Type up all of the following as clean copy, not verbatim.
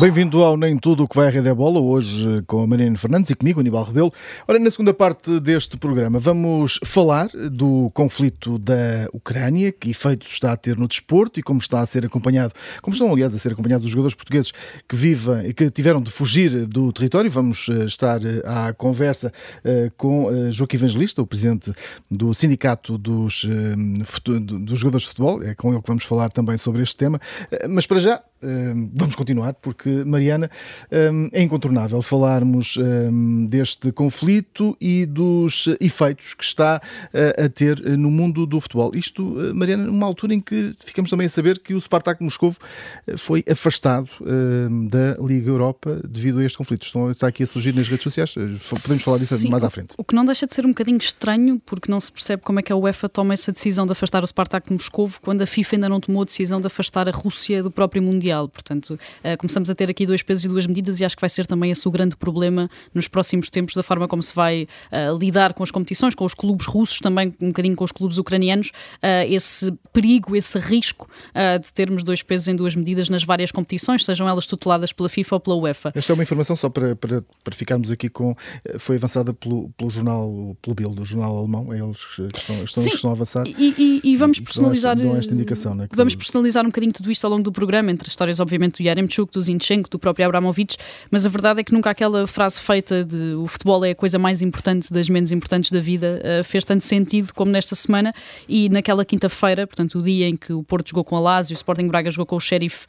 Bem-vindo ao Nem Tudo o que vai à Rede é Bola, hoje com a Mariana Fernandes e comigo, Aníbal Rebelo. Ora, na segunda parte deste programa vamos falar do conflito da Ucrânia, que efeitos está a ter no desporto e como está a ser acompanhado, como estão aliás a ser acompanhados os jogadores portugueses que tiveram de fugir do território. Vamos estar à conversa com Joaquim Evangelista, o presidente do Sindicato dos Jogadores de Futebol. É com ele que vamos falar também sobre este tema, mas para já vamos continuar, porque, Mariana, é incontornável falarmos deste conflito e dos efeitos que está a ter no mundo do futebol. Isto, Mariana, numa altura em que ficamos também a saber que o Spartak Moscovo foi afastado da Liga Europa devido a este conflito. Está aqui a surgir nas redes sociais. Podemos falar disso mais à frente. O que não deixa de ser um bocadinho estranho, porque não se percebe como é que a UEFA toma essa decisão de afastar o Spartak Moscovo quando a FIFA ainda não tomou a decisão de afastar a Rússia do próprio Mundial. Portanto, começamos a ter aqui dois pesos e duas medidas e acho que vai ser também esse o grande problema nos próximos tempos da forma como se vai lidar com as competições, com os clubes russos, também um bocadinho com os clubes ucranianos, esse perigo, esse risco de termos dois pesos em duas medidas nas várias competições, sejam elas tuteladas pela FIFA ou pela UEFA. Esta é uma informação só para ficarmos aqui com... Foi avançada pelo jornal, pelo Bild, do jornal alemão, é eles que estão a avançar. E vamos personalizar... Dão esta indicação, né, que... Vamos personalizar um bocadinho tudo isto ao longo do programa, entre as histórias obviamente do Yaremchuk, do Zinchenko, do próprio Abramovich, mas a verdade é que nunca aquela frase feita de o futebol é a coisa mais importante das menos importantes da vida fez tanto sentido como nesta semana e naquela quinta-feira, portanto o dia em que o Porto jogou com a Lazio, o Sporting Braga jogou com o Sheriff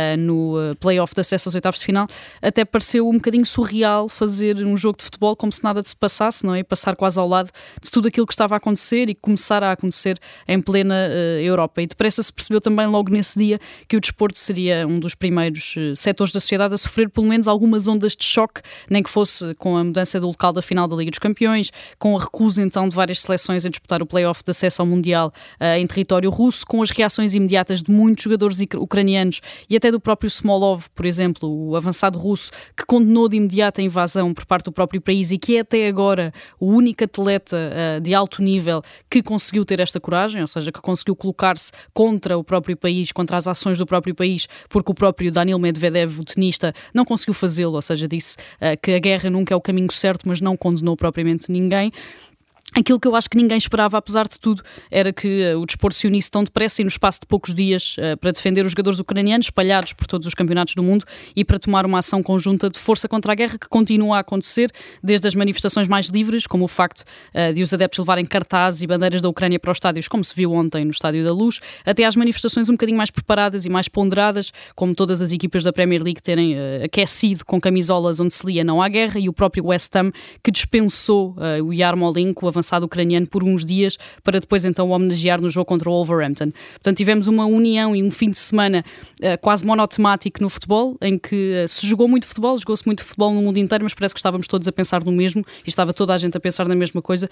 no play-off de acesso aos oitavos de final, até pareceu um bocadinho surreal fazer um jogo de futebol como se nada se passasse, não é? Passar quase ao lado de tudo aquilo que estava a acontecer e começar a acontecer em plena Europa. E depressa se percebeu também logo nesse dia que o desporto seria um dos primeiros setores da sociedade a sofrer pelo menos algumas ondas de choque, nem que fosse com a mudança do local da final da Liga dos Campeões, com a recusa então de várias seleções em disputar o play-off de acesso ao Mundial em território russo, com as reações imediatas de muitos jogadores ucranianos e até do próprio Smolov, por exemplo, o avançado russo, que condenou de imediato a invasão por parte do próprio país e que é até agora o único atleta de alto nível que conseguiu ter esta coragem, ou seja, que conseguiu colocar-se contra o próprio país, contra as ações do próprio país, porque o próprio Daniil Medvedev, o tenista, não conseguiu fazê-lo, ou seja, disse que a guerra nunca é o caminho certo, mas não condenou propriamente ninguém. Aquilo que eu acho que ninguém esperava, apesar de tudo, era que o desporto se unisse tão depressa e no espaço de poucos dias para defender os jogadores ucranianos espalhados por todos os campeonatos do mundo e para tomar uma ação conjunta de força contra a guerra que continua a acontecer, desde as manifestações mais livres, como o facto de os adeptos levarem cartazes e bandeiras da Ucrânia para os estádios, como se viu ontem no Estádio da Luz, até às manifestações um bocadinho mais preparadas e mais ponderadas, como todas as equipas da Premier League terem aquecido com camisolas onde se lia não à guerra, e o próprio West Ham que dispensou o Yarmolenko, o avançado ucraniano, por uns dias para depois então o homenagear no jogo contra o Wolverhampton. Portanto, tivemos uma união e um fim de semana quase monotemático no futebol, em que se jogou muito futebol, jogou-se muito futebol no mundo inteiro, mas parece que estávamos todos a pensar no mesmo e estava toda a gente a pensar na mesma coisa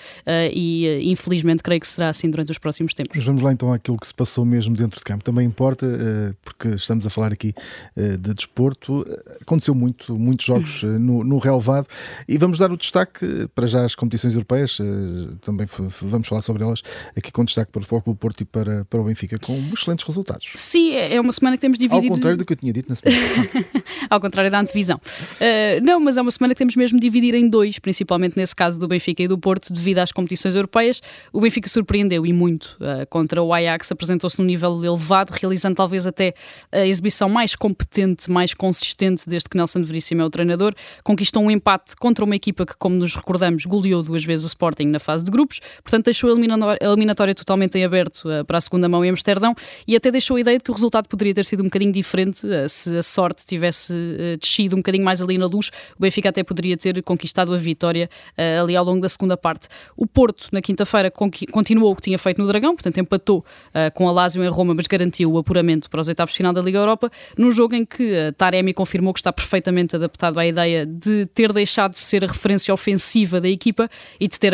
e infelizmente creio que será assim durante os próximos tempos. Mas vamos lá então àquilo que se passou mesmo dentro de campo. Também importa, porque estamos a falar aqui de desporto. Aconteceu muitos jogos no relevado e vamos dar o destaque para já às competições europeias. Também vamos falar sobre elas aqui com destaque para o Futebol Clube do Porto e para o Benfica, com excelentes resultados. Sim, é uma semana que temos dividido... Ao contrário do que eu tinha dito na semana passada. Ao contrário da antevisão. Não, mas é uma semana que temos mesmo de dividir em dois, principalmente nesse caso do Benfica e do Porto, devido às competições europeias. O Benfica surpreendeu e muito contra o Ajax, apresentou-se num nível elevado, realizando talvez até a exibição mais competente, mais consistente desde que Nelson Veríssimo é o treinador. Conquistou um empate contra uma equipa que, como nos recordamos, goleou 2 vezes o Sporting na fase de grupos, portanto deixou a eliminatória totalmente em aberto para a segunda mão em Amsterdão e até deixou a ideia de que o resultado poderia ter sido um bocadinho diferente se a sorte tivesse descido um bocadinho mais ali na Luz. O Benfica até poderia ter conquistado a vitória ali ao longo da segunda parte. O Porto, na quinta-feira, continuou o que tinha feito no Dragão, portanto empatou com a Lazio em Roma, mas garantiu o apuramento para os oitavos de final da Liga Europa, num jogo em que Taremi confirmou que está perfeitamente adaptado à ideia de ter deixado de ser a referência ofensiva da equipa e de ter agora um papel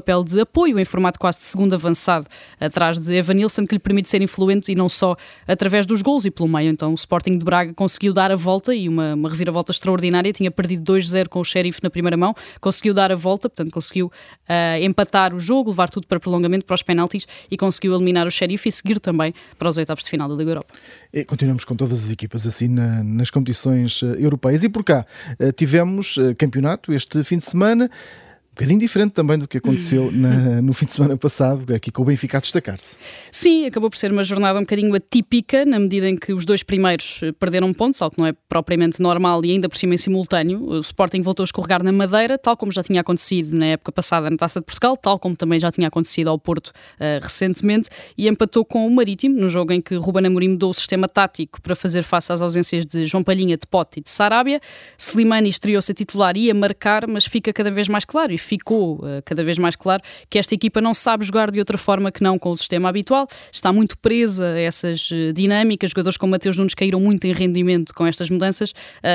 papel de apoio em formato quase de segundo avançado atrás de Evanilson, que lhe permite ser influente e não só através dos golos e pelo meio. Então o Sporting de Braga conseguiu dar a volta e uma reviravolta extraordinária, tinha perdido 2-0 com o Sheriff na primeira mão, conseguiu dar a volta, portanto conseguiu empatar o jogo, levar tudo para prolongamento, para os penaltis e conseguiu eliminar o Sheriff e seguir também para os oitavos de final da Liga Europa. E continuamos com todas as equipas assim nas competições europeias e por cá tivemos campeonato este fim de semana. Um bocadinho diferente também do que aconteceu no fim de semana passado, aqui com o Benfica a destacar-se. Sim, acabou por ser uma jornada um bocadinho atípica, na medida em que os dois primeiros perderam pontos, algo que não é propriamente normal e ainda por cima em simultâneo. O Sporting voltou a escorregar na Madeira, tal como já tinha acontecido na época passada na Taça de Portugal, tal como também já tinha acontecido ao Porto recentemente, e empatou com o Marítimo, no jogo em que Ruben Amorim mudou o sistema tático para fazer face às ausências de João Palhinha, de Pote e de Sarabia. Slimani estreou-se a titular e a marcar, mas fica cada vez mais claro e ficou cada vez mais claro que esta equipa não sabe jogar de outra forma que não com o sistema habitual, está muito presa a essas dinâmicas. Jogadores como Mateus Nunes caíram muito em rendimento com estas mudanças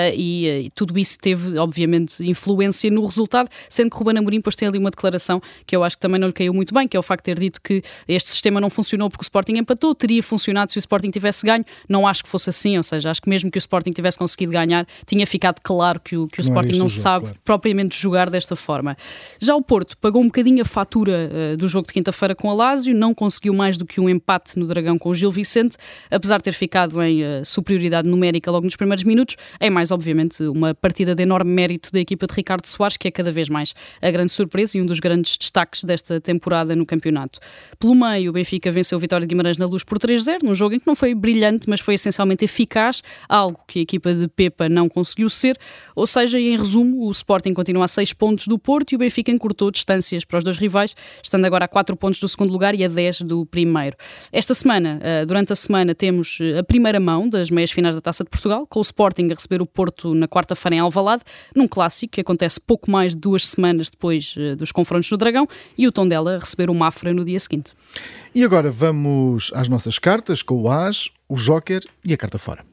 e tudo isso teve, obviamente, influência no resultado, sendo que Ruben Amorim depois tem ali uma declaração que eu acho que também não lhe caiu muito bem, que é o facto de ter dito que este sistema não funcionou porque o Sporting empatou, teria funcionado se o Sporting tivesse ganho. Não acho que fosse assim, ou seja, acho que mesmo que o Sporting tivesse conseguido ganhar, tinha ficado claro que o Sporting não sabe propriamente jogar desta forma. Já o Porto pagou um bocadinho a fatura do jogo de quinta-feira com a Lazio, não conseguiu mais do que um empate no Dragão com o Gil Vicente, apesar de ter ficado em superioridade numérica logo nos primeiros minutos. É mais, obviamente, uma partida de enorme mérito da equipa de Ricardo Soares, que é cada vez mais a grande surpresa e um dos grandes destaques desta temporada no campeonato. Pelo meio, o Benfica venceu o Vitória de Guimarães na Luz por 3-0, num jogo em que não foi brilhante, mas foi essencialmente eficaz, algo que a equipa de Pepa não conseguiu ser. Ou seja, em resumo, o Sporting continua a 6 pontos do Porto e o Benfica encurtou distâncias para os dois rivais, estando agora a 4 pontos do segundo lugar e a 10 do primeiro. Esta semana, durante a semana, temos a primeira mão das meias finais da Taça de Portugal, com o Sporting a receber o Porto na quarta-feira em Alvalade, num clássico que acontece pouco mais de 2 semanas depois dos confrontos no Dragão, e o Tondela a receber o Mafra no dia seguinte. E agora vamos às nossas cartas, com o As, o Joker e a carta fora.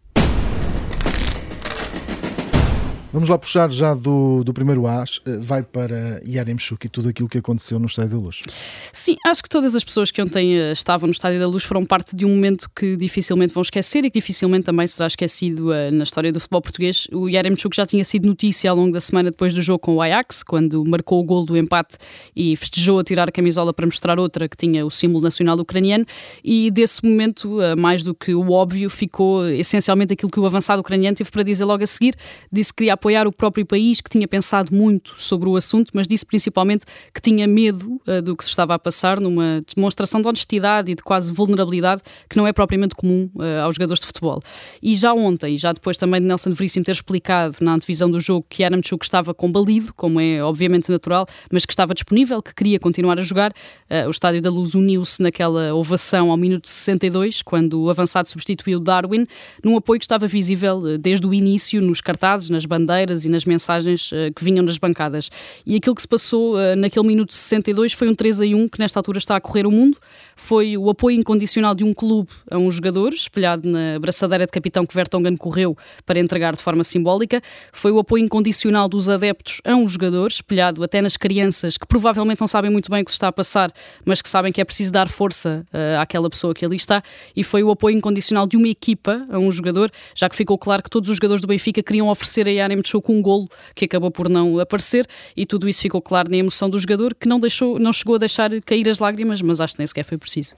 Vamos lá puxar já do primeiro As, vai para Yaremchuk e tudo aquilo que aconteceu no Estádio da Luz. Sim, acho que todas as pessoas que ontem estavam no Estádio da Luz foram parte de um momento que dificilmente vão esquecer e que dificilmente também será esquecido na história do futebol português. O Yaremchuk já tinha sido notícia ao longo da semana depois do jogo com o Ajax, quando marcou o gol do empate e festejou a tirar a camisola para mostrar outra que tinha o símbolo nacional ucraniano, e desse momento, mais do que o óbvio, ficou essencialmente aquilo que o avançado ucraniano teve para dizer logo a seguir. Disse que queria apoiar o próprio país, que tinha pensado muito sobre o assunto, mas disse principalmente que tinha medo do que se estava a passar, numa demonstração de honestidade e de quase vulnerabilidade que não é propriamente comum aos jogadores de futebol. E já ontem, já depois também de Nelson Veríssimo ter explicado na antevisão do jogo que Yaremchuk estava combalido, como é obviamente natural, mas que estava disponível, que queria continuar a jogar, o Estádio da Luz uniu-se naquela ovação ao minuto 62, quando o avançado substituiu Darwin, num apoio que estava visível desde o início, nos cartazes, nas bandeiras e nas mensagens que vinham das bancadas. E aquilo que se passou naquele minuto 62 foi um 3-1 que nesta altura está a correr o mundo. Foi o apoio incondicional de um clube a um jogador, espelhado na braçadeira de capitão que Vertonghen correu para entregar de forma simbólica. Foi o apoio incondicional dos adeptos a um jogador, espelhado até nas crianças que provavelmente não sabem muito bem o que se está a passar, mas que sabem que é preciso dar força àquela pessoa que ali está. E foi o apoio incondicional de uma equipa a um jogador, já que ficou claro que todos os jogadores do Benfica queriam oferecer a Yaremchuk um golo que acabou por não aparecer, e tudo isso ficou claro na emoção do jogador, que não chegou a deixar cair as lágrimas, mas acho que nem sequer foi preciso.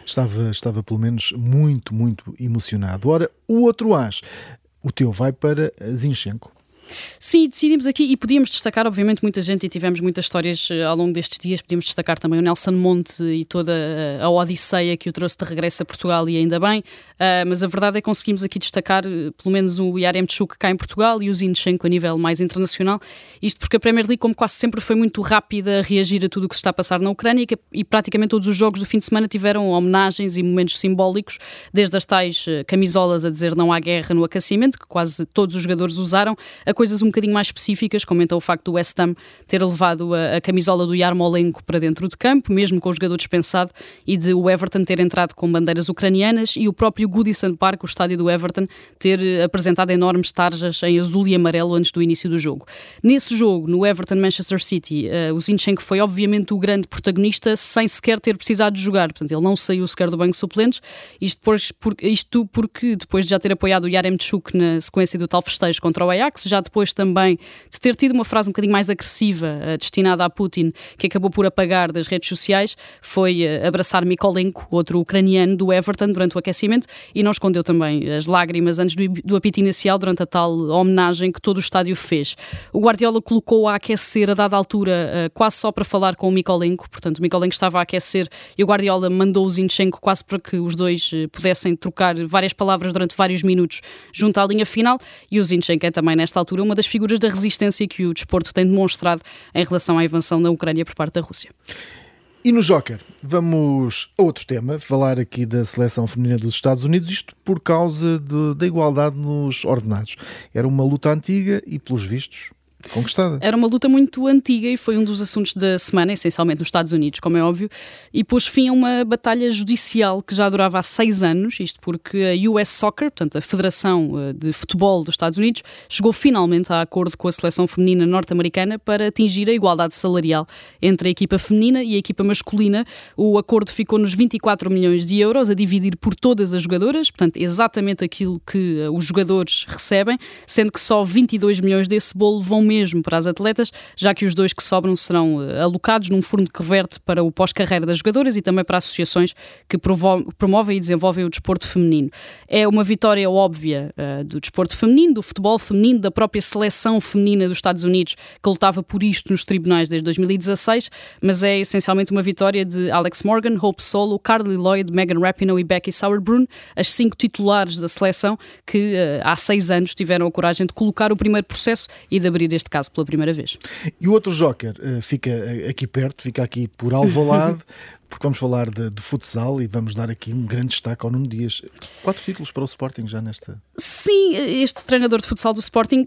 Estava pelo menos muito, muito emocionado. Ora, o outro As, o teu vai para Zinchenko. Sim, decidimos aqui e podíamos destacar, obviamente, muita gente e tivemos muitas histórias ao longo destes dias. Podíamos destacar também o Nelson Monte e toda a odisseia que o trouxe de regresso a Portugal, e ainda bem, mas a verdade é que conseguimos aqui destacar pelo menos o Yaremchuk cá em Portugal e o Zinchenko a nível mais internacional. Isto porque a Premier League, como quase sempre, foi muito rápida a reagir a tudo o que se está a passar na Ucrânia, e praticamente todos os jogos do fim de semana tiveram homenagens e momentos simbólicos, desde as tais camisolas a dizer não há guerra no aquecimento, que quase todos os jogadores usaram, a coisas um bocadinho mais específicas, como então o facto do West Ham ter levado a camisola do Yarmolenko para dentro de campo, mesmo com o jogador dispensado, e de o Everton ter entrado com bandeiras ucranianas e o próprio Goodison Park, o estádio do Everton, ter apresentado enormes tarjas em azul e amarelo antes do início do jogo. Nesse jogo, no Everton-Manchester City, o Zinchenko foi obviamente o grande protagonista sem sequer ter precisado de jogar, portanto ele não saiu sequer do banco de suplentes, isto porque depois de já ter apoiado o Yaremchuk na sequência do tal festejo contra o Ajax, já depois também de ter tido uma frase um bocadinho mais agressiva destinada a Putin, que acabou por apagar das redes sociais, foi abraçar Mykolenko, outro ucraniano do Everton, durante o aquecimento, e não escondeu também as lágrimas antes do apito inicial durante a tal homenagem que todo o estádio fez. O Guardiola colocou a aquecer a dada altura quase só para falar com o Mykolenko, portanto o Mykolenko estava a aquecer e o Guardiola mandou o Zinchenko quase para que os dois pudessem trocar várias palavras durante vários minutos junto à linha final, e o Zinchenko é também nesta altura uma das figuras da resistência que o desporto tem demonstrado em relação à invasão na Ucrânia por parte da Rússia. E no Joker, vamos a outro tema, falar aqui da seleção feminina dos Estados Unidos, isto por causa da igualdade nos ordenados. Era uma luta antiga e, pelos vistos, conquistada. Era uma luta muito antiga e foi um dos assuntos da semana, essencialmente nos Estados Unidos, como é óbvio, e pôs fim a uma batalha judicial que já durava há 6 anos, isto porque a US Soccer, portanto a Federação de Futebol dos Estados Unidos, chegou finalmente a acordo com a seleção feminina norte-americana para atingir a igualdade salarial entre a equipa feminina e a equipa masculina. O acordo ficou nos 24 milhões de euros a dividir por todas as jogadoras, portanto exatamente aquilo que os jogadores recebem, sendo que só 22 milhões desse bolo vão mesmo para as atletas, já que os 2 que sobram serão alocados num fundo que reverte para o pós-carreira das jogadoras e também para associações que promovem e desenvolvem o desporto feminino. É uma vitória óbvia do desporto feminino, do futebol feminino, da própria seleção feminina dos Estados Unidos, que lutava por isto nos tribunais desde 2016, mas é essencialmente uma vitória de Alex Morgan, Hope Solo, Carly Lloyd, Megan Rapinoe e Becky Sauerbrunn, as 5 titulares da seleção que há 6 anos tiveram a coragem de colocar o primeiro processo e de abrir este caso pela primeira vez. E o outro Joker fica aqui perto, fica aqui por Alvalade, porque vamos falar de futsal e vamos dar aqui um grande destaque ao Nuno Dias. 4 títulos para o Sporting já nesta... Sim, este treinador de futsal do Sporting,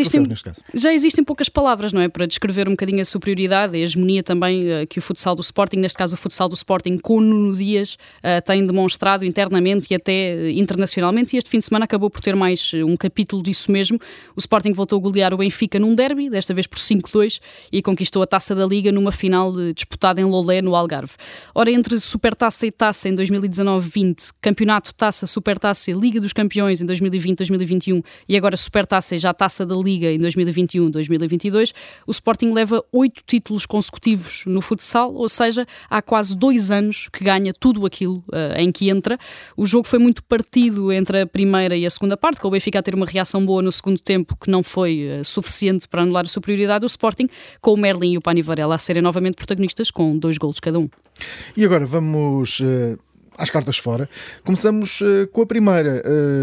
já existem poucas palavras, não é? Para descrever um bocadinho a superioridade e a hegemonia também que o futsal do Sporting, neste caso o futsal do Sporting com o Nuno Dias, tem demonstrado internamente e até internacionalmente, e este fim de semana acabou por ter mais um capítulo disso mesmo. O Sporting voltou a golear o Benfica num derby, desta vez por 5-2, e conquistou a Taça da Liga numa final disputada em Lolé, no Algarve. Ora, entre Supertaça e Taça em 2019-20, Campeonato, Taça, Supertaça e Liga dos Campeões em 2020-2021 e agora Supertaça e já Taça da Liga em 2021-2022, o Sporting leva 8 títulos consecutivos no futsal, ou seja, há quase 2 anos que ganha tudo aquilo em que entra. O jogo foi muito partido entre a primeira e a segunda parte, com o Benfica a ter uma reação boa no segundo tempo que não foi suficiente para anular a superioridade do Sporting, com o Merlin e o Pani Varela a serem novamente protagonistas com 2 golos cada um. E agora vamos às cartas fora. Começamos com a primeira.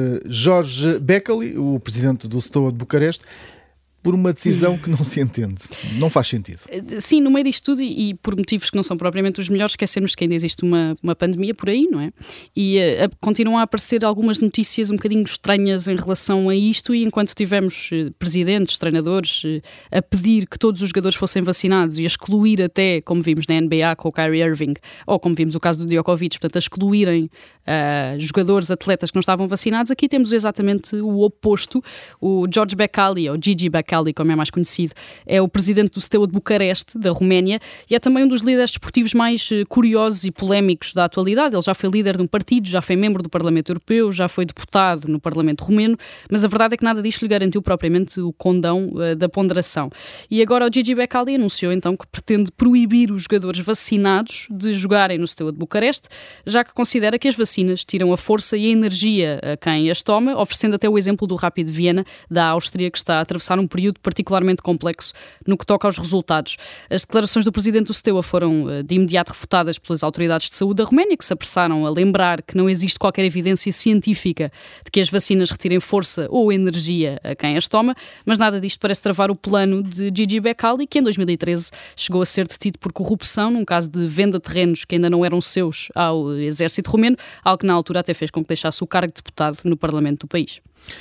Jorge Becali, o presidente do Steaua de Bucareste, por uma decisão que não se entende. Não faz sentido. Sim, no meio disto tudo e por motivos que não são propriamente os melhores, esquecemos que ainda existe uma pandemia por aí, não é? E continuam a aparecer algumas notícias um bocadinho estranhas em relação a isto, e enquanto tivemos presidentes, treinadores a pedir que todos os jogadores fossem vacinados e a excluir até, como vimos na NBA com o Kyrie Irving, ou como vimos o caso do Djokovic, portanto a excluírem jogadores, atletas que não estavam vacinados, aqui temos exatamente o oposto. O George Becali, ou Gigi Becali, como é mais conhecido, é o presidente do Steaua de Bucareste, da Roménia, e é também um dos líderes desportivos mais curiosos e polémicos da atualidade. Ele já foi líder de um partido, já foi membro do Parlamento Europeu, já foi deputado no Parlamento Romeno, mas a verdade é que nada disto lhe garantiu propriamente o condão da ponderação. E agora o Gigi Becali anunciou então que pretende proibir os jogadores vacinados de jogarem no Steaua de Bucareste, já que considera que as vacinas tiram a força e a energia a quem as toma, oferecendo até o exemplo do Rapid Viena, da Áustria, que está a atravessar um período particularmente complexo no que toca aos resultados. As declarações do presidente do Steaua foram de imediato refutadas pelas autoridades de saúde da Roménia, que se apressaram a lembrar que não existe qualquer evidência científica de que as vacinas retirem força ou energia a quem as toma, mas nada disto parece travar o plano de Gigi Becali, que em 2013 chegou a ser detido por corrupção num caso de venda de terrenos que ainda não eram seus ao exército romeno, algo que na altura até fez com que deixasse o cargo de deputado no Parlamento do país.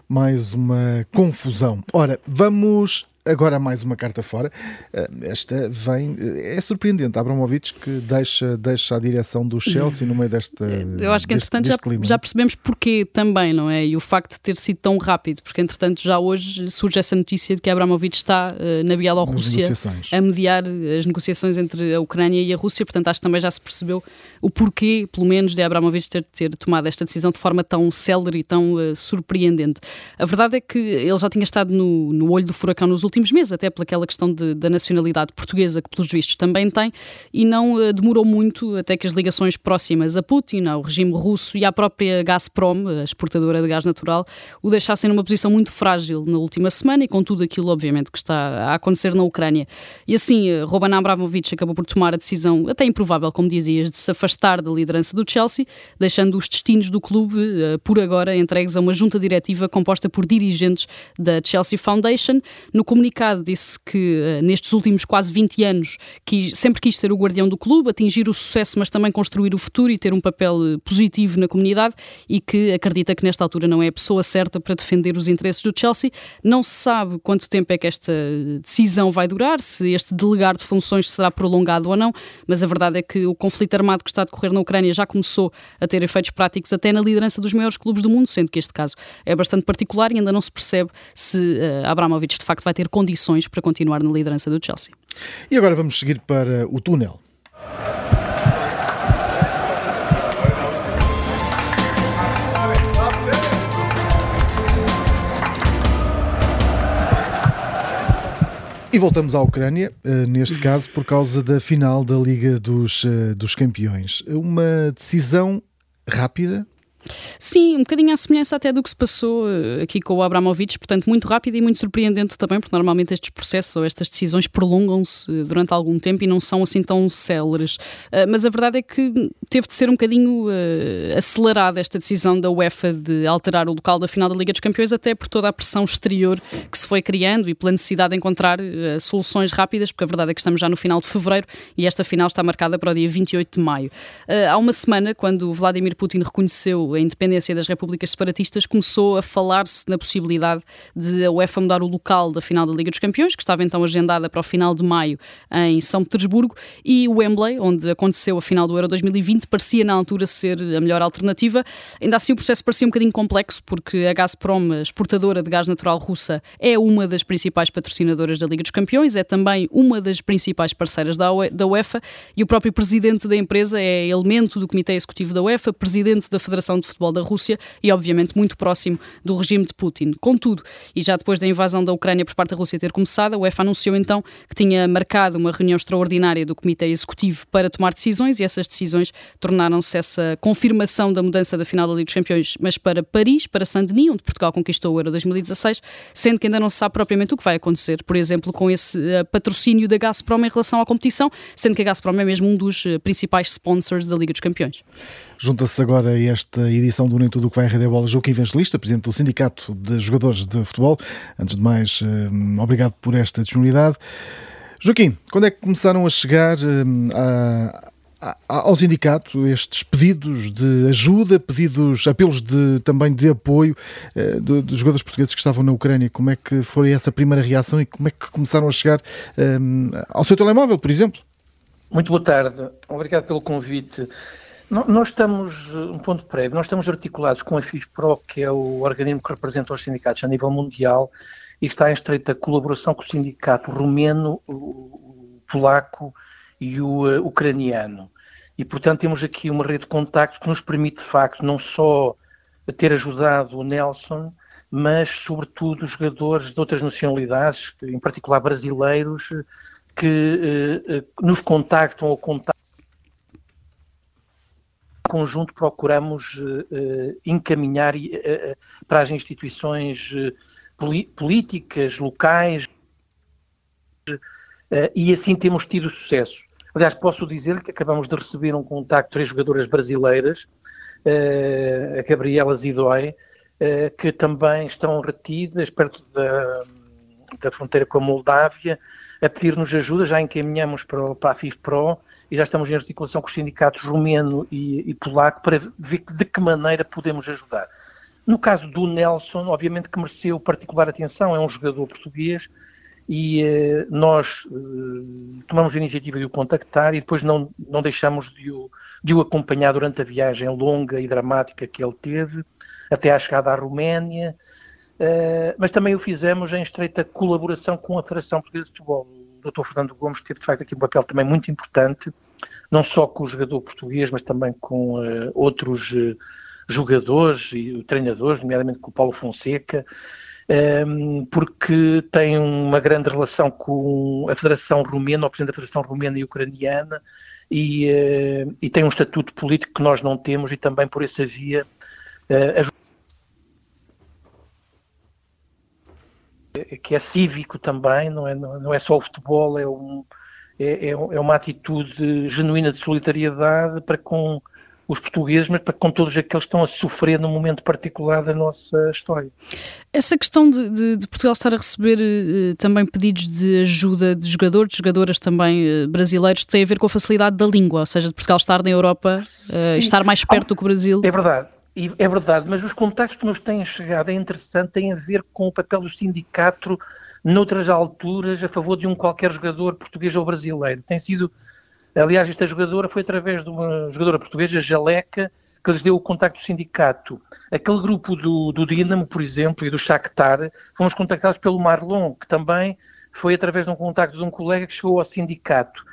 mais uma confusão. Ora, vamos agora a mais uma carta fora. Esta vem... É surpreendente. Abramovich que deixa a direção do Chelsea no meio desta... Eu acho que, entretanto, já percebemos porquê também, não é? E o facto de ter sido tão rápido, porque, entretanto, já hoje surge essa notícia de que Abramovich está na Bielorrússia a mediar as negociações entre a Ucrânia e a Rússia. Portanto, acho que também já se percebeu o porquê, pelo menos, de Abramovich ter tomado esta decisão de forma tão célere e tão surpreendente. A verdade é que ele já tinha estado no olho do furacão nos últimos meses, até pelaquela questão da nacionalidade portuguesa, que pelos vistos também tem, e não demorou muito até que as ligações próximas a Putin, ao regime russo e à própria Gazprom, a exportadora de gás natural, o deixassem numa posição muito frágil na última semana e com tudo aquilo, obviamente, que está a acontecer na Ucrânia. E assim, Roman Abramovich acabou por tomar a decisão, até improvável, como dizias, de se afastar da liderança do Chelsea, deixando os destinos do clube, por agora, entregues a uma junta diretiva composta por dirigentes da Chelsea Foundation. No comunicado disse que nestes últimos quase 20 anos sempre quis ser o guardião do clube, atingir o sucesso, mas também construir o futuro e ter um papel positivo na comunidade, e que acredita que nesta altura não é a pessoa certa para defender os interesses do Chelsea. Não se sabe quanto tempo é que esta decisão vai durar, se este delegar de funções será prolongado ou não, mas a verdade é que o conflito armado que está a decorrer na Ucrânia já começou a ter efeitos práticos até na liderança dos maiores clubes do mundo, sendo que este caso é bastante particular e ainda não se percebe se Abramovich de facto vai ter condições para continuar na liderança do Chelsea. E agora vamos seguir para o túnel. E voltamos à Ucrânia, neste caso por causa da final da Liga dos Campeões. Uma decisão rápida? Sim, um bocadinho à semelhança até do que se passou aqui com o Abramovich, portanto muito rápido e muito surpreendente também, porque normalmente estes processos ou estas decisões prolongam-se durante algum tempo e não são assim tão céleres. Mas a verdade é que teve de ser um bocadinho acelerada esta decisão da UEFA de alterar o local da final da Liga dos Campeões, até por toda a pressão exterior que se foi criando e pela necessidade de encontrar soluções rápidas, porque a verdade é que estamos já no final de fevereiro e esta final está marcada para o dia 28 de maio. Há uma semana, quando Vladimir Putin reconheceu a independência das repúblicas separatistas, começou a falar-se na possibilidade de a UEFA mudar o local da final da Liga dos Campeões, que estava então agendada para o final de maio em São Petersburgo, e o Wembley, onde aconteceu a final do Euro 2020, parecia na altura ser a melhor alternativa. Ainda assim o processo parecia um bocadinho complexo, porque a Gazprom, a exportadora de gás natural russa, é uma das principais patrocinadoras da Liga dos Campeões, é também uma das principais parceiras da UEFA, e o próprio presidente da empresa é elemento do Comitê Executivo da UEFA, presidente da Federação de Futebol da Rússia e, obviamente, muito próximo do regime de Putin. Contudo, e já depois da invasão da Ucrânia por parte da Rússia ter começado, a UEFA anunciou então que tinha marcado uma reunião extraordinária do Comitê Executivo para tomar decisões, e essas decisões tornaram-se essa confirmação da mudança da final da Liga dos Campeões, mas para Paris, para Saint-Denis, onde Portugal conquistou o Euro 2016, sendo que ainda não se sabe propriamente o que vai acontecer, por exemplo, com esse patrocínio da Gazprom em relação à competição, sendo que a Gazprom é mesmo um dos principais sponsors da Liga dos Campeões. Junta-se agora a esta edição do Nem Tudo o que vai à Rede Bola Joaquim Evangelista, presidente do Sindicato de Jogadores de Futebol. Antes de mais, obrigado por esta disponibilidade. Joaquim, quando é que começaram a chegar ao sindicato estes pedidos de ajuda, apelos também de apoio dos jogadores portugueses que estavam na Ucrânia? Como é que foi essa primeira reação e como é que começaram a chegar ao seu telemóvel, por exemplo? Muito boa tarde, obrigado pelo convite. Nós estamos, um ponto prévio, nós estamos articulados com a FIFPRO, que é o organismo que representa os sindicatos a nível mundial e que está em estreita colaboração com o sindicato rumeno, o polaco e o ucraniano. E, portanto, temos aqui uma rede de contactos que nos permite, de facto, não só ter ajudado o Nelson, mas, sobretudo, os jogadores de outras nacionalidades, em particular brasileiros, que nos contactam ou contactam. Em conjunto procuramos encaminhar para as instituições políticas, locais, e assim temos tido sucesso. Aliás, posso dizer que acabamos de receber um contacto de 3 jogadoras brasileiras, a Gabriela Zidói, que também estão retidas perto da fronteira com a Moldávia, a pedir-nos ajuda. Já encaminhamos para a FIFPRO e já estamos em articulação com os sindicatos rumeno e polaco para ver de que maneira podemos ajudar. No caso do Nelson, obviamente que mereceu particular atenção, é um jogador português e nós tomamos a iniciativa de o contactar e depois não deixamos de o acompanhar durante a viagem longa e dramática que ele teve, até à chegada à Roménia, mas também o fizemos em estreita colaboração com a Federação Portuguesa de Futebol. O Dr. Fernando Gomes teve, de facto, aqui um papel também muito importante, não só com o jogador português, mas também com outros jogadores e treinadores, nomeadamente com o Paulo Fonseca, porque tem uma grande relação com a Federação Romena, o Presidente da Federação Romena e Ucraniana, e tem um estatuto político que nós não temos e também por essa via que é cívico também, não é só o futebol, é uma atitude genuína de solidariedade para com os portugueses, mas para com todos aqueles que estão a sofrer num momento particular da nossa história. Essa questão de Portugal estar a receber também pedidos de ajuda de jogadores, jogadoras também brasileiros, tem a ver com a facilidade da língua, ou seja, de Portugal estar na Europa, estar mais perto do que o Brasil. É verdade. É verdade, mas os contactos que nos têm chegado é interessante, têm a ver com o papel do sindicato noutras alturas a favor de um qualquer jogador português ou brasileiro. Tem sido, aliás, esta jogadora foi através de uma jogadora portuguesa, Jaleca, que lhes deu o contacto do sindicato. Aquele grupo do Dinamo, por exemplo, e do Shakhtar, fomos contactados pelo Marlon, que também foi através de um contacto de um colega que chegou ao sindicato.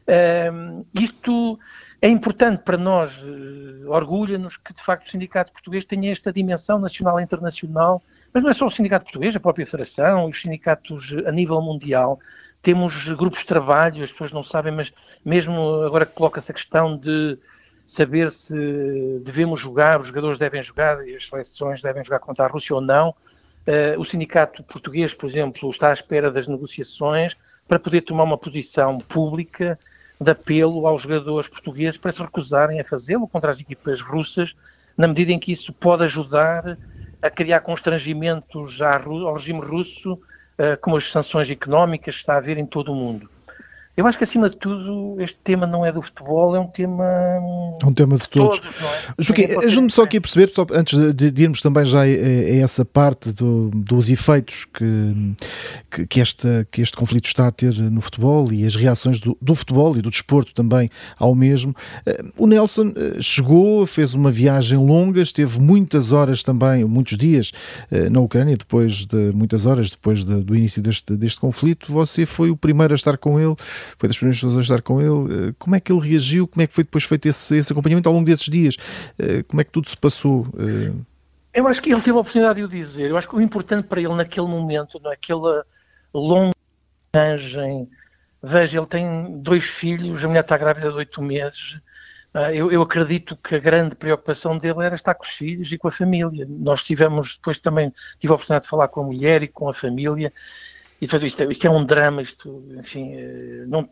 Isto é importante para nós, orgulha-nos que de facto o sindicato português tenha esta dimensão nacional e internacional, mas não é só o sindicato português, a própria federação, os sindicatos a nível mundial. Temos grupos de trabalho, as pessoas não sabem, mas mesmo agora que coloca-se a questão de saber se devemos jogar, os jogadores devem jogar e as seleções devem jogar contra a Rússia ou não, o sindicato português, por exemplo, está à espera das negociações para poder tomar uma posição pública de apelo aos jogadores portugueses para se recusarem a fazê-lo contra as equipas russas, na medida em que isso pode ajudar a criar constrangimentos ao regime russo, como as sanções económicas que está a haver em todo o mundo. Eu acho que, acima de tudo, este tema não é do futebol, é um tema... É um tema de todos. Joaquim, ajude-me só aqui a perceber, só antes de irmos também já a essa parte dos efeitos que este conflito está a ter no futebol e as reações do futebol e do desporto também ao mesmo. O Nelson chegou, fez uma viagem longa, esteve muitas horas também, muitos dias na Ucrânia, depois de muitas horas depois do início deste conflito. Você foi o primeiro a estar com ele, foi das primeiras pessoas a estar com ele. Como é que ele reagiu? Como é que foi depois feito esse acompanhamento ao longo desses dias? Como é que tudo se passou? Eu acho que ele teve a oportunidade de o dizer. Eu acho que o importante para ele naquele momento, naquela longa viagem, veja, ele tem 2 filhos, a mulher está grávida de 8 meses. Eu acredito que a grande preocupação dele era estar com os filhos e com a família. Nós depois também tive a oportunidade de falar com a mulher e com a família. E isto é um drama, enfim, não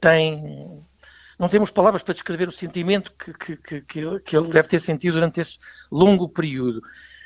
temos palavras para descrever o sentimento que ele deve ter sentido durante esse longo período.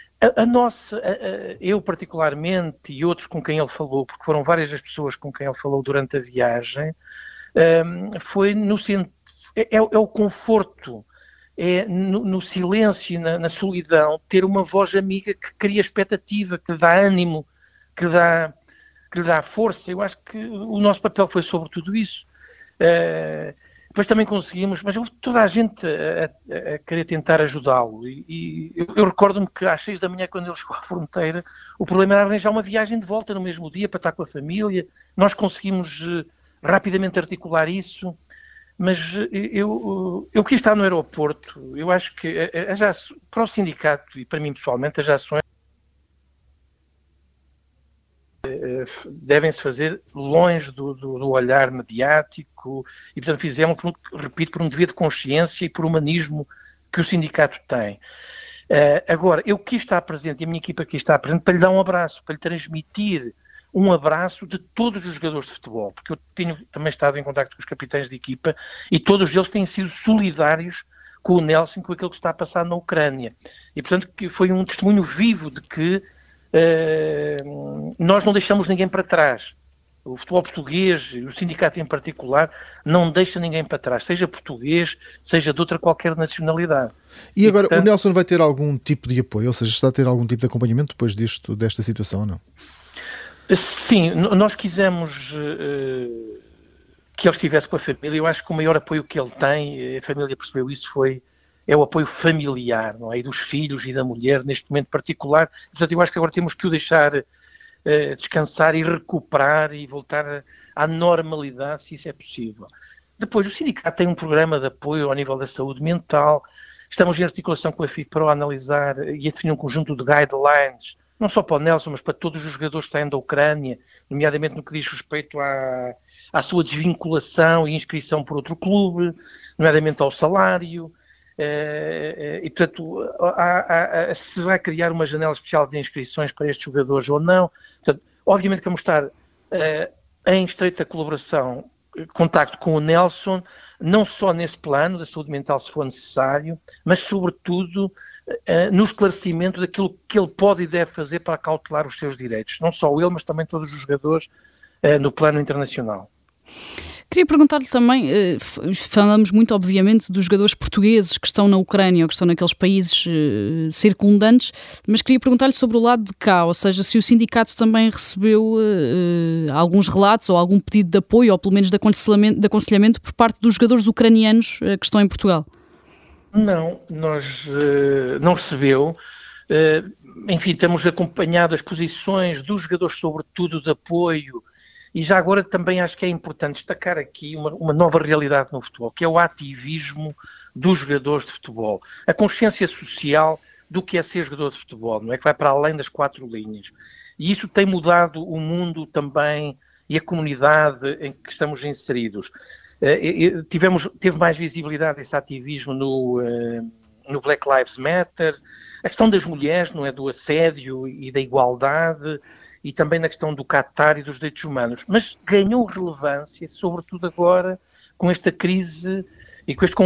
Eu particularmente, e outros com quem ele falou, porque foram várias as pessoas com quem ele falou durante a viagem, foi é o conforto, é no silêncio, na solidão, ter uma voz amiga que cria expectativa, que lhe dá ânimo, que lhe dá força. Eu acho que o nosso papel foi sobre tudo isso. Depois também conseguimos, mas houve toda a gente a querer tentar ajudá-lo. E eu recordo-me que às 6 da manhã, quando ele chegou à fronteira, o problema era arranjar uma viagem de volta no mesmo dia para estar com a família. Nós conseguimos rapidamente articular isso, mas eu quis estar no aeroporto. Eu acho que para o sindicato e para mim pessoalmente, as ações devem-se fazer longe do olhar mediático e, portanto, fizemos, repito, por um dever de consciência e por humanismo que o sindicato tem. Agora, eu quis estar presente e a minha equipa quis estar presente para lhe dar um abraço, para lhe transmitir um abraço de todos os jogadores de futebol, porque eu tenho também estado em contacto com os capitães de equipa e todos eles têm sido solidários com o Nelson, com aquilo que está a passar na Ucrânia. E, portanto, que foi um testemunho vivo de que nós não deixamos ninguém para trás. O futebol português, o sindicato em particular, não deixa ninguém para trás, seja português, seja de outra qualquer nacionalidade. E agora, portanto, o Nelson vai ter algum tipo de apoio, ou seja, está a ter algum tipo de acompanhamento depois desta situação ou não? Sim, nós quisemos que ele estivesse com a família. Eu acho que o maior apoio que ele tem, a família percebeu isso, é o apoio familiar, não é? E dos filhos e da mulher, neste momento particular. Portanto, eu acho que agora temos que o deixar descansar e recuperar e voltar à normalidade, se isso é possível. Depois, o sindicato tem um programa de apoio ao nível da saúde mental. Estamos em articulação com a FIFPRO a analisar e a definir um conjunto de guidelines, não só para o Nelson, mas para todos os jogadores que saem da Ucrânia, nomeadamente no que diz respeito à sua desvinculação e inscrição por outro clube, nomeadamente ao salário. E, portanto, se vai criar uma janela especial de inscrições para estes jogadores ou não. Portanto, obviamente que vamos estar em estreita colaboração, contacto com o Nelson, não só nesse plano da saúde mental, se for necessário, mas sobretudo no esclarecimento daquilo que ele pode e deve fazer para cautelar os seus direitos. Não só ele, mas também todos os jogadores no plano internacional. Queria perguntar-lhe também, falamos muito obviamente dos jogadores portugueses que estão na Ucrânia ou que estão naqueles países circundantes, mas queria perguntar-lhe sobre o lado de cá, ou seja, se o sindicato também recebeu alguns relatos ou algum pedido de apoio ou pelo menos de aconselhamento por parte dos jogadores ucranianos que estão em Portugal. Não, não recebeu. Enfim, temos acompanhado as posições dos jogadores, sobretudo de apoio. E já agora também acho que é importante destacar aqui uma nova realidade no futebol, que é o ativismo dos jogadores de futebol. A consciência social do que é ser jogador de futebol, não é? Que vai para além das 4 linhas. E isso tem mudado o mundo também e a comunidade em que estamos inseridos. Teve mais visibilidade esse ativismo no Black Lives Matter, a questão das mulheres, não é? Do assédio e da igualdade, e também na questão do Qatar e dos direitos humanos, mas ganhou relevância, sobretudo agora, com esta crise e com este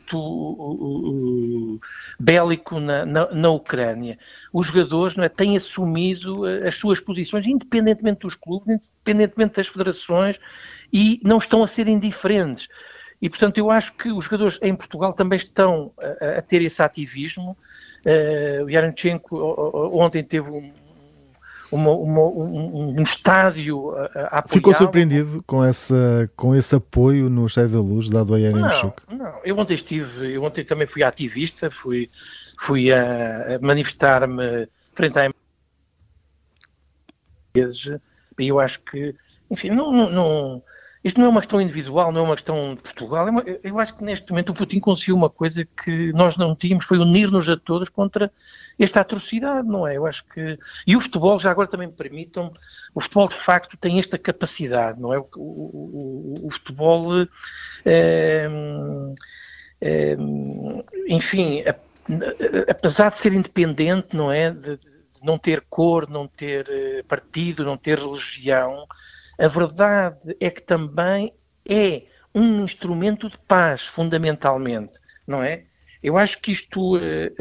conflito bélico na Ucrânia. Os jogadores, não é, têm assumido as suas posições, independentemente dos clubes, independentemente das federações, e não estão a ser indiferentes. E, portanto, eu acho que os jogadores em Portugal também estão a ter esse ativismo. O Yaremchuk ontem teve um estádio a apoiar. Ficou surpreendido com esse apoio no Estádio da Luz dado a Yaremchuk? Não. Eu ontem também fui ativista, fui a manifestar-me frente à empresa, e eu acho que, enfim, isto não é uma questão individual, não é uma questão de Portugal. Eu acho que neste momento o Putin conseguiu uma coisa que nós não tínhamos, foi unir-nos a todos contra esta atrocidade, não é? Eu acho que... E o futebol, já agora também me permitam, o futebol de facto tem esta capacidade, não é? O futebol, enfim, apesar de ser independente, não é? De não ter cor, não ter partido, não ter religião, a verdade é que também é um instrumento de paz, fundamentalmente, não é? Eu acho que isto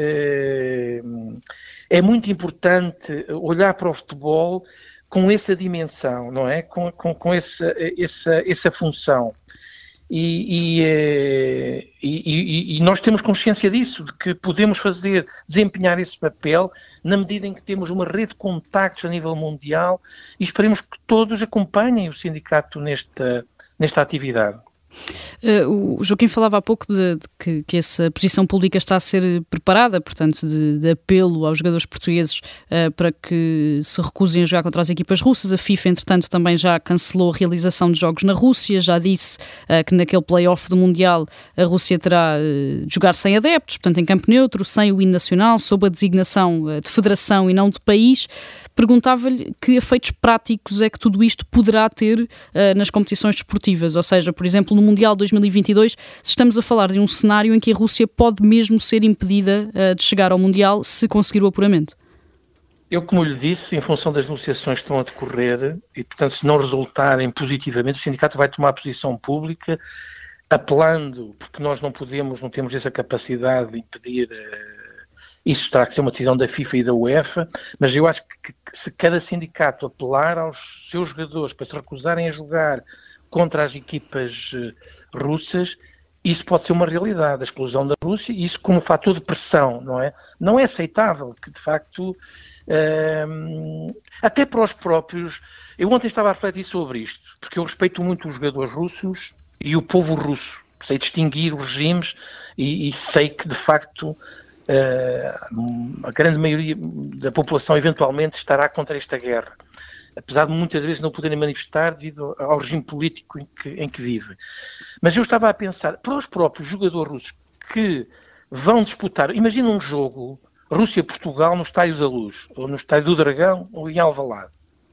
é muito importante olhar para o futebol com essa dimensão, não é? Com essa função. E nós temos consciência disso, de que podemos desempenhar esse papel na medida em que temos uma rede de contactos a nível mundial, e esperemos que todos acompanhem o sindicato nesta atividade. O Joaquim falava há pouco de que essa posição pública está a ser preparada, portanto, de apelo aos jogadores portugueses para que se recusem a jogar contra as equipas russas. A FIFA, entretanto, também já cancelou a realização de jogos na Rússia, já disse que naquele play-off do Mundial a Rússia terá de jogar sem adeptos, portanto, em campo neutro, sem o hino nacional, sob a designação de federação e não de país. Perguntava-lhe que efeitos práticos é que tudo isto poderá ter nas competições desportivas, ou seja, por exemplo, no Mundial 2022, se estamos a falar de um cenário em que a Rússia pode mesmo ser impedida de chegar ao Mundial se conseguir o apuramento. Eu, como lhe disse, em função das negociações que estão a decorrer, e portanto se não resultarem positivamente, o sindicato vai tomar posição pública, apelando, porque nós não temos essa capacidade de impedir isso terá que ser uma decisão da FIFA e da UEFA, mas eu acho que se cada sindicato apelar aos seus jogadores para se recusarem a jogar contra as equipas russas, isso pode ser uma realidade, a exclusão da Rússia, e isso como fator de pressão, não é? Não é aceitável que, de facto, até para os próprios... Eu ontem estava a refletir sobre isto, porque eu respeito muito os jogadores russos e o povo russo, sei distinguir os regimes e sei que, de facto, a grande maioria da população eventualmente estará contra esta guerra, apesar de muitas vezes não poderem manifestar devido ao regime político em que vivem. Mas eu estava a pensar, para os próprios jogadores russos que vão disputar, imagina um jogo Rússia-Portugal no Estádio da Luz, ou no Estádio do Dragão, ou em Alvalade.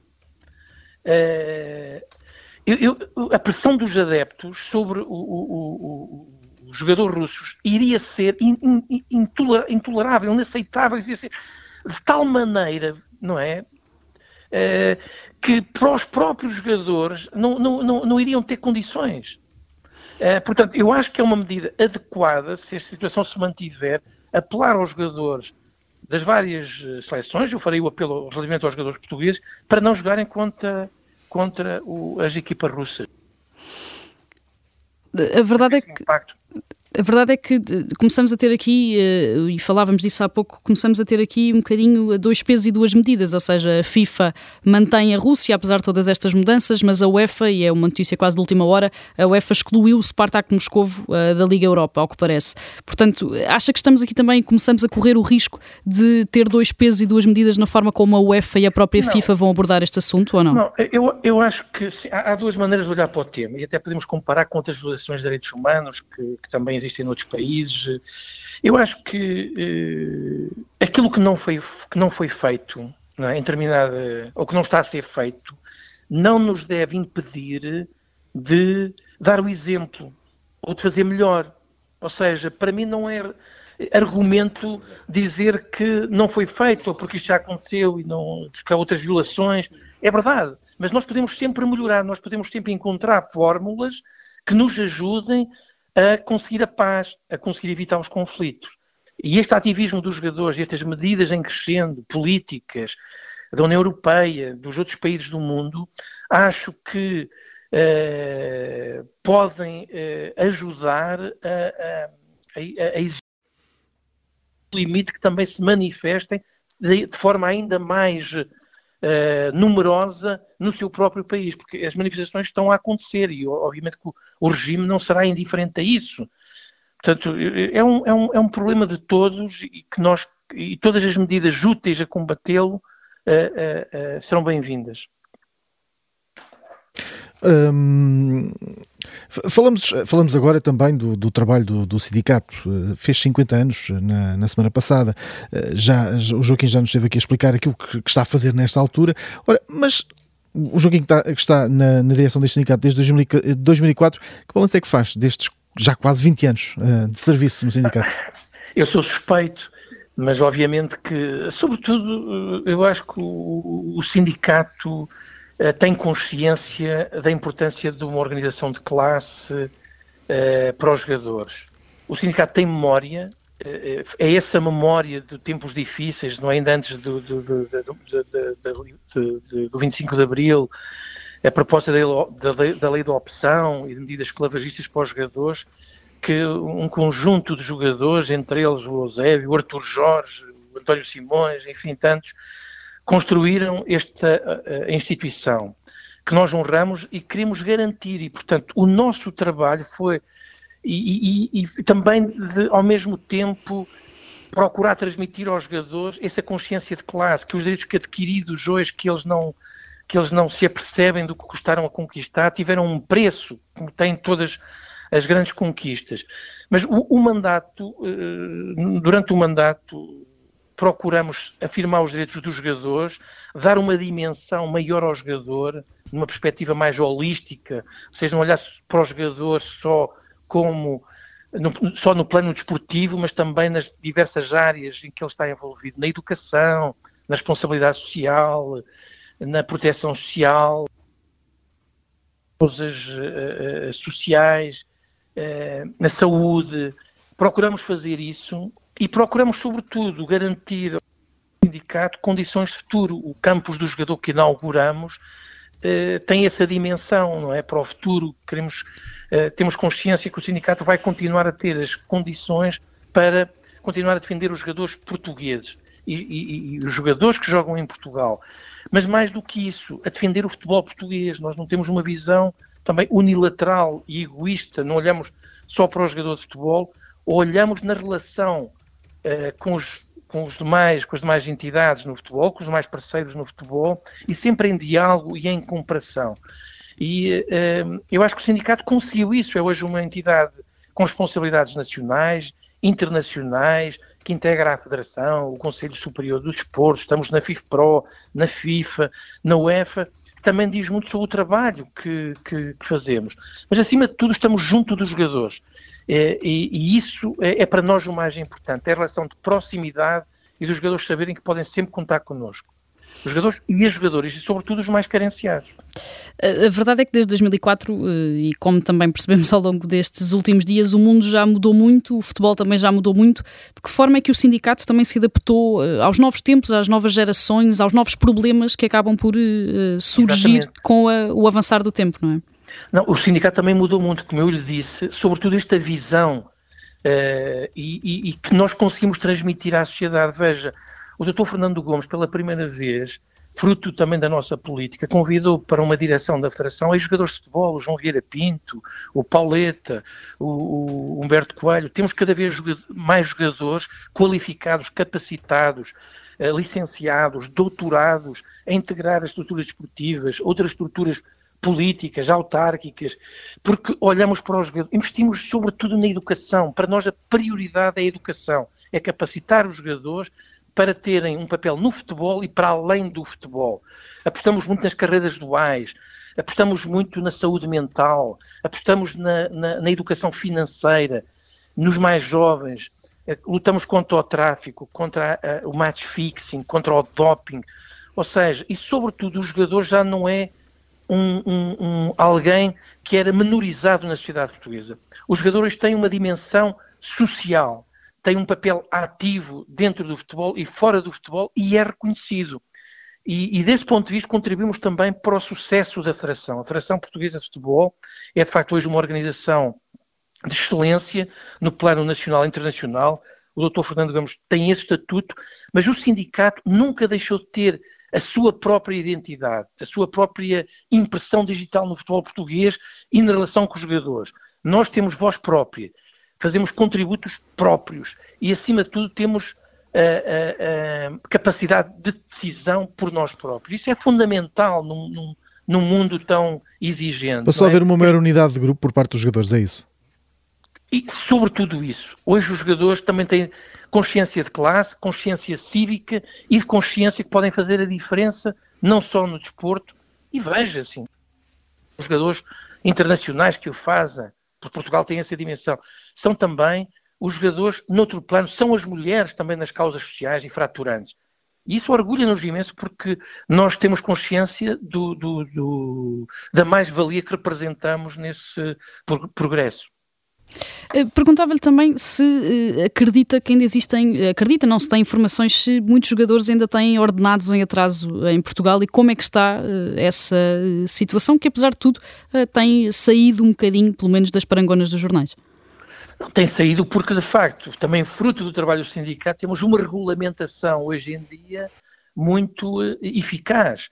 A pressão dos adeptos sobre os jogadores russos iria ser intolerável, inaceitável, iria ser de tal maneira, não é? Que para os próprios jogadores não iriam ter condições. Portanto, eu acho que é uma medida adequada, se esta situação se mantiver, apelar aos jogadores das várias seleções, eu farei o apelo relativamente aos jogadores portugueses, para não jogarem contra as equipas russas. A verdade é que começamos a ter aqui, e falávamos disso há pouco, começamos a ter aqui um bocadinho dois pesos e duas medidas, ou seja, a FIFA mantém a Rússia, apesar de todas estas mudanças, mas a UEFA, e é uma notícia quase de última hora, a UEFA excluiu o Spartak Moscovo da Liga Europa, ao que parece. Portanto, acha que estamos aqui também, começamos a correr o risco de ter dois pesos e duas medidas na forma como a UEFA e a própria FIFA vão abordar este assunto, ou não? Não, eu acho que há duas maneiras de olhar para o tema, e até podemos comparar com outras violações de direitos humanos que também existem noutros países. Eu acho que aquilo que não foi feito, não é, em determinada, ou que não está a ser feito, não nos deve impedir de dar o exemplo ou de fazer melhor. Ou seja, para mim não é argumento dizer que não foi feito ou porque isto já aconteceu e não, porque há outras violações. É verdade, mas nós podemos sempre melhorar, nós podemos sempre encontrar fórmulas que nos ajudem a conseguir a paz, a conseguir evitar os conflitos. E este ativismo dos jogadores, estas medidas em crescendo, políticas, da União Europeia, dos outros países do mundo, acho que podem ajudar a exigir um limite que também se manifestem de forma ainda mais numerosa no seu próprio país, porque as manifestações estão a acontecer e obviamente que o regime não será indiferente a isso. Portanto, é um problema de todos e que e todas as medidas úteis a combatê-lo serão bem-vindas. Falamos agora também do trabalho do sindicato. Fez 50 anos na semana passada. O Joaquim já nos esteve aqui a explicar aquilo que está a fazer nesta altura. Ora, mas o Joaquim que está na direção deste sindicato desde 2004, que balanço é que faz destes já quase 20 anos de serviço no sindicato? Eu sou suspeito, mas obviamente que, sobretudo, eu acho que o sindicato tem consciência da importância de uma organização de classe para os jogadores. O sindicato tem memória, é essa memória de tempos difíceis, não é? Ainda antes do 25 de Abril, a proposta da lei da opção e de medidas esclavagistas para os jogadores, que um conjunto de jogadores, entre eles o Eusébio, o Artur Jorge, o António Simões, enfim, tantos, construíram esta instituição que nós honramos e queremos garantir, e portanto o nosso trabalho foi e também ao mesmo tempo procurar transmitir aos jogadores essa consciência de classe, que os direitos que adquiridos hoje, que eles não se apercebem do que custaram a conquistar, tiveram um preço, como têm todas as grandes conquistas. Mas durante o mandato procuramos afirmar os direitos dos jogadores, dar uma dimensão maior ao jogador, numa perspectiva mais holística, ou seja, não olhar para o jogador só no plano desportivo, mas também nas diversas áreas em que ele está envolvido, na educação, na responsabilidade social, na proteção social, coisas sociais, na saúde. Procuramos fazer isso e procuramos, sobretudo, garantir ao sindicato condições de futuro. O campus do jogador que inauguramos tem essa dimensão, não é? Para o futuro, temos consciência que o sindicato vai continuar a ter as condições para continuar a defender os jogadores portugueses e os jogadores que jogam em Portugal. Mas mais do que isso, a defender o futebol português. Nós não temos uma visão também unilateral e egoísta, não olhamos só para o jogador de futebol, olhamos na relação com as demais entidades no futebol, com os demais parceiros no futebol, e sempre em diálogo e em comparação. E eu acho que o sindicato conseguiu isso. É hoje uma entidade com responsabilidades nacionais, internacionais, que integra a Federação, o Conselho Superior do Desporto, estamos na FIFPRO, na FIFA, na UEFA, também diz muito sobre o trabalho que fazemos. Mas, acima de tudo, estamos junto dos jogadores. E isso é para nós o mais importante, é a relação de proximidade e dos jogadores saberem que podem sempre contar connosco. Os jogadores e as jogadoras, e sobretudo os mais carenciados. A verdade é que desde 2004, e como também percebemos ao longo destes últimos dias, o mundo já mudou muito, o futebol também já mudou muito. De que forma é que o sindicato também se adaptou aos novos tempos, às novas gerações, aos novos problemas que acabam por surgir Exatamente. Com o avançar do tempo, não é? Não, o sindicato também mudou muito, como eu lhe disse, sobretudo esta visão e que nós conseguimos transmitir à sociedade. Veja, o Dr. Fernando Gomes, pela primeira vez, fruto também da nossa política, convidou para uma direção da Federação ex-jogadores de futebol, o João Vieira Pinto, o Pauleta, o Humberto Coelho. Temos cada vez mais jogadores qualificados, capacitados, licenciados, doutorados, a integrar as estruturas desportivas, outras estruturas políticas, autárquicas, porque olhamos para os jogadores, investimos sobretudo na educação. Para nós a prioridade é a educação, é capacitar os jogadores para terem um papel no futebol e para além do futebol. Apostamos muito nas carreiras duais, apostamos muito na saúde mental, apostamos na educação financeira, nos mais jovens, lutamos contra o tráfico, contra o match fixing, contra o doping, ou seja, e sobretudo o jogador já não é alguém que era menorizado na sociedade portuguesa. Os jogadores têm uma dimensão social, tem um papel ativo dentro do futebol e fora do futebol e é reconhecido. E desse ponto de vista contribuímos também para o sucesso da Federação. A Federação Portuguesa de Futebol é de facto hoje uma organização de excelência no plano nacional e internacional. O Dr. Fernando Gomes tem esse estatuto, mas o sindicato nunca deixou de ter a sua própria identidade, a sua própria impressão digital no futebol português e na relação com os jogadores. Nós temos voz própria. Fazemos contributos próprios e, acima de tudo, temos capacidade de decisão por nós próprios. Isso é fundamental num mundo tão exigente. Passou a haver uma maior unidade de grupo por parte dos jogadores, é isso? E, sobretudo, isso. Hoje os jogadores também têm consciência de classe, consciência cívica e de consciência que podem fazer a diferença não só no desporto. E veja, assim, os jogadores internacionais que o fazem, porque Portugal tem essa dimensão, são também os jogadores noutro plano, são as mulheres também nas causas sociais e fraturantes. E isso orgulha-nos imenso porque nós temos consciência da mais-valia que representamos nesse progresso. Perguntava-lhe também se acredita que ainda existem, se tem informações se muitos jogadores ainda têm ordenados em atraso em Portugal e como é que está essa situação que, apesar de tudo, tem saído um bocadinho, pelo menos, das parangonas dos jornais. Não tem saído porque, de facto, também fruto do trabalho do sindicato, temos uma regulamentação hoje em dia muito eficaz.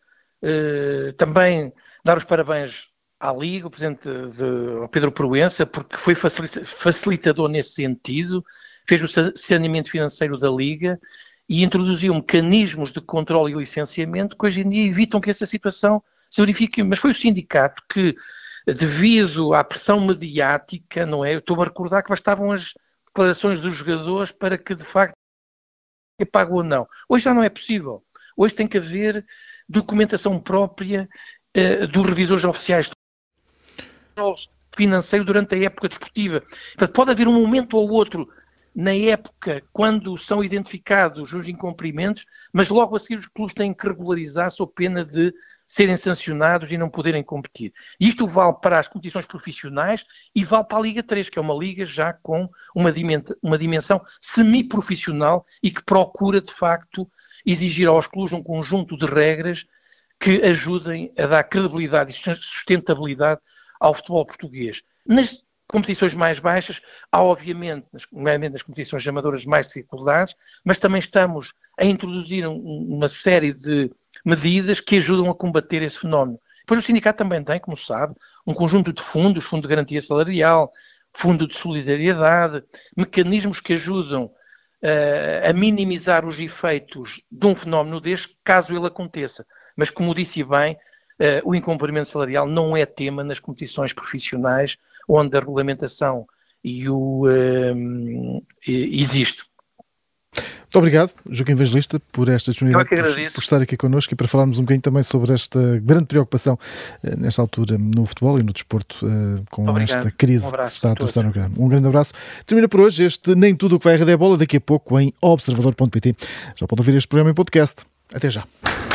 Também dar os parabéns à Liga, o presidente ao Pedro Proença, porque foi facilitador nesse sentido, fez o saneamento financeiro da Liga e introduziu mecanismos de controle e licenciamento que hoje em dia evitam que essa situação se verifique. Mas foi o sindicato que, devido à pressão mediática, não é? Eu estou-me a recordar que bastavam as declarações dos jogadores para que, de facto, é pago ou não. Hoje já não é possível. Hoje tem que haver documentação própria dos revisores oficiais financeiro durante a época desportiva. Portanto, pode haver um momento ou outro na época, quando são identificados os incumprimentos, mas logo a seguir os clubes têm que regularizar sob pena de serem sancionados e não poderem competir. Isto vale para as competições profissionais e vale para a Liga 3, que é uma liga já com uma dimensão semi-profissional e que procura, de facto, exigir aos clubes um conjunto de regras que ajudem a dar credibilidade e sustentabilidade ao futebol português. Nas competições mais baixas, há obviamente, nomeadamente nas competições amadoras, mais dificuldades, mas também estamos a introduzir uma série de medidas que ajudam a combater esse fenómeno. Depois o sindicato também tem, como sabe, um conjunto de fundos, fundo de garantia salarial, fundo de solidariedade, mecanismos que ajudam a minimizar os efeitos de um fenómeno deste, caso ele aconteça. Mas, como disse bem, o incumprimento salarial não é tema nas competições profissionais, onde a regulamentação existe. Muito obrigado, Joaquim Evangelista, por esta disponibilidade, por estar aqui connosco e para falarmos um bocadinho também sobre esta grande preocupação nesta altura no futebol e no desporto com esta crise que se está a atravessar no grande. Um grande abraço. Termina por hoje este Nem Tudo o que vai arreder a bola, daqui a pouco em observador.pt. Já pode ouvir este programa em podcast. Até já.